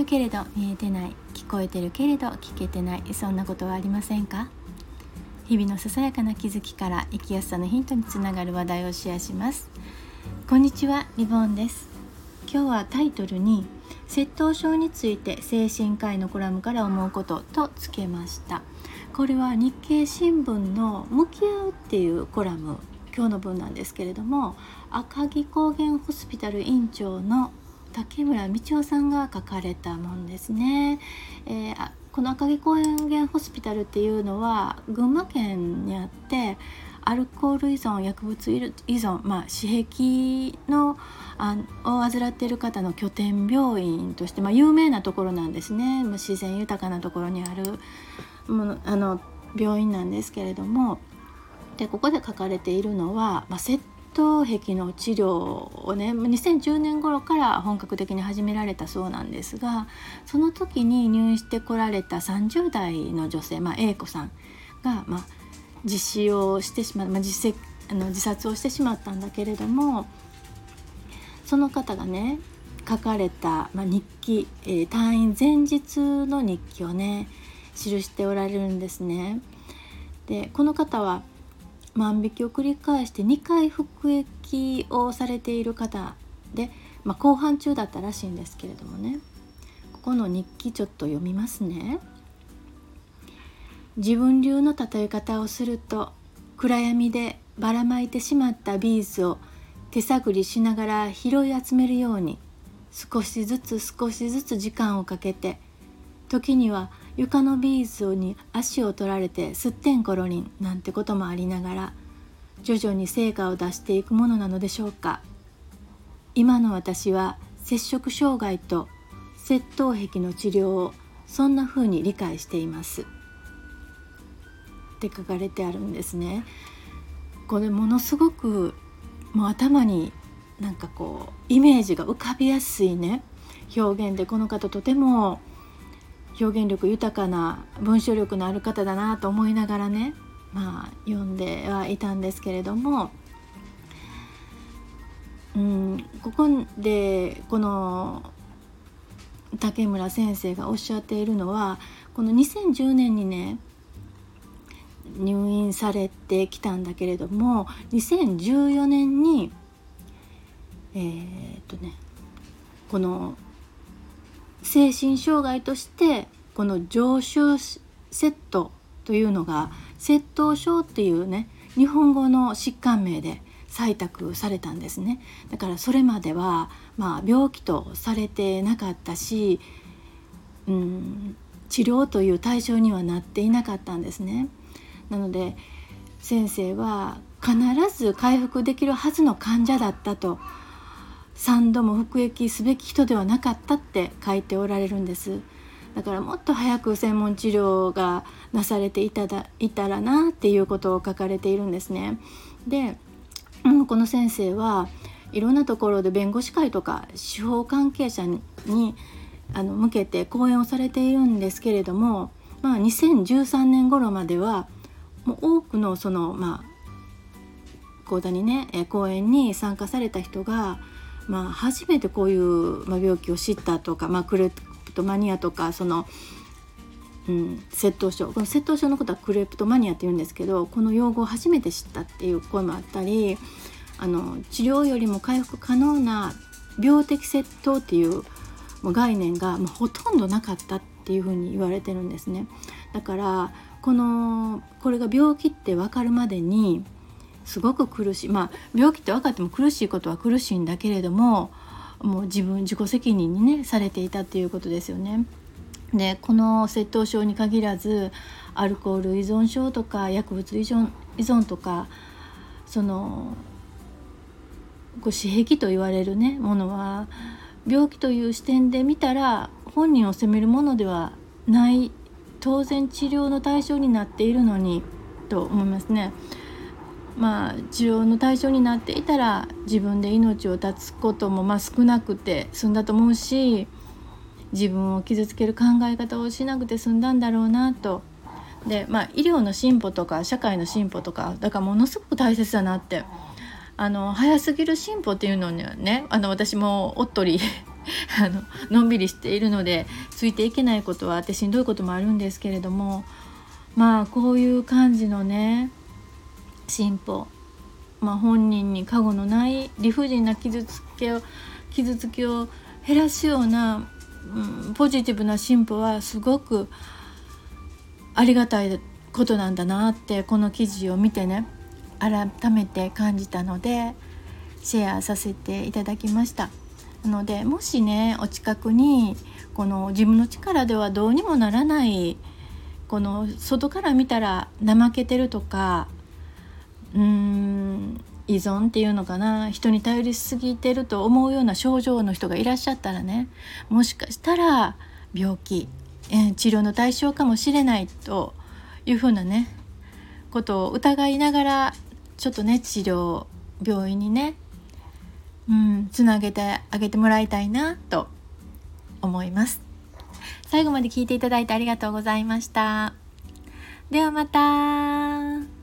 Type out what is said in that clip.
けれど見えてない、聞こえてるけれど聞けてない、そんなことはありませんか？日々のささやかな気づきから生きやすさのヒントにつながる話題をシェアします。こんにちは、リボンです。今日はタイトルに窃盗症について精神科医のコラムから思うこととつけました。これは日経新聞の向き合うっていうコラム、今日の分なんですけれども、赤城高原ホスピタル院長の竹村道夫さんが書かれたもんですね。この赤城高原ホスピタルっていうのは群馬県にあって、アルコール依存、薬物依存、私癖のを患っている方の拠点病院として、有名なところなんですね。自然豊かなところにある病院なんですけれども、でここで書かれているのは、窃盗癖の治療をね、2010年頃から本格的に始められたそうなんですが、その時に入院してこられた30代の女性、A 子さんが、自死をしてしまう、自殺をしてしまったんだけれども、その方がね書かれた、日記、退院前日の日記をね記しておられるんですね。でこの方は万引きを繰り返して2回服役をされている方で、公判中だったらしいんですけれどもね、ここの日記ちょっと読みますね。自分流の例え方をすると、暗闇でばらまいてしまったビーズを手探りしながら拾い集めるように、少しずつ時間をかけて、時には床のビーズに足を取られてすってんころりんなんてこともありながら、徐々に成果を出していくものなのでしょうか。今の私は摂食障害と窃盗癖の治療をそんな風に理解していますって書かれてあるんですね。これものすごくもう頭にイメージが浮かびやすいね表現で、この方とても表現力豊かな文章力のある方だなと思いながらね、読んではいたんですけれども、ここでこの竹村先生がおっしゃっているのは、この2010年にね入院されてきたんだけれども、2014年にこの精神障害としてこの常習窃盗というのが窃盗症っていうね日本語の疾患名で採択されたんですね。だからそれまでは病気とされてなかったし、治療という対象にはなっていなかったんですね。なので先生は必ず回復できるはずの患者だったと、3度も服役すべき人ではなかったって書いておられるんです。だからもっと早く専門治療がなされていたらなっていうことを書かれているんですね。で、この先生はいろんなところで弁護士会とか司法関係者に向けて講演をされているんですけれども、2013年頃まではもう多くの講座にね講演に参加された人が、初めてこういう、病気を知ったとか、クレプトマニアとか窃盗症、この窃盗症のことはクレプトマニアって言うんですけど、この用語を初めて知ったっていう声もあったり、治療よりも回復可能な病的窃盗っていう概念がほとんどなかったっていうふうに言われてるんですね。だからこれが病気って分かるまでにすごく苦しい、病気って分かっても苦しいことは苦しいんだけれども、もう自己責任にねされていたっていうことですよね。でこの窃盗症に限らずアルコール依存症とか薬物依存とか、私癖と言われるねものは病気という視点で見たら本人を責めるものではない、当然治療の対象になっているのにと思いますね。治療の対象になっていたら自分で命を絶つことも少なくて済んだと思うし、自分を傷つける考え方をしなくて済んだんだろうなと。で、医療の進歩とか社会の進歩とかだからものすごく大切だなって、早すぎる進歩っていうのにはね私もおっとりのんびりしているのでついていけないことはあってしんどいこともあるんですけれども、こういう感じのね進歩、本人に過誤のない理不尽な傷つきを減らすような、ポジティブな進歩はすごくありがたいことなんだなってこの記事を見てね改めて感じたのでシェアさせていただきました。なのでもしねお近くにこの自分の力ではどうにもならないこの外から見たら怠けてるとか依存っていうのかな、人に頼りすぎてると思うような症状の人がいらっしゃったらね、もしかしたら病気、治療の対象かもしれないというふうなねことを疑いながらちょっとね治療病院にねつなげてあげてもらいたいなと思います。最後まで聞いていただいてありがとうございました。ではまた。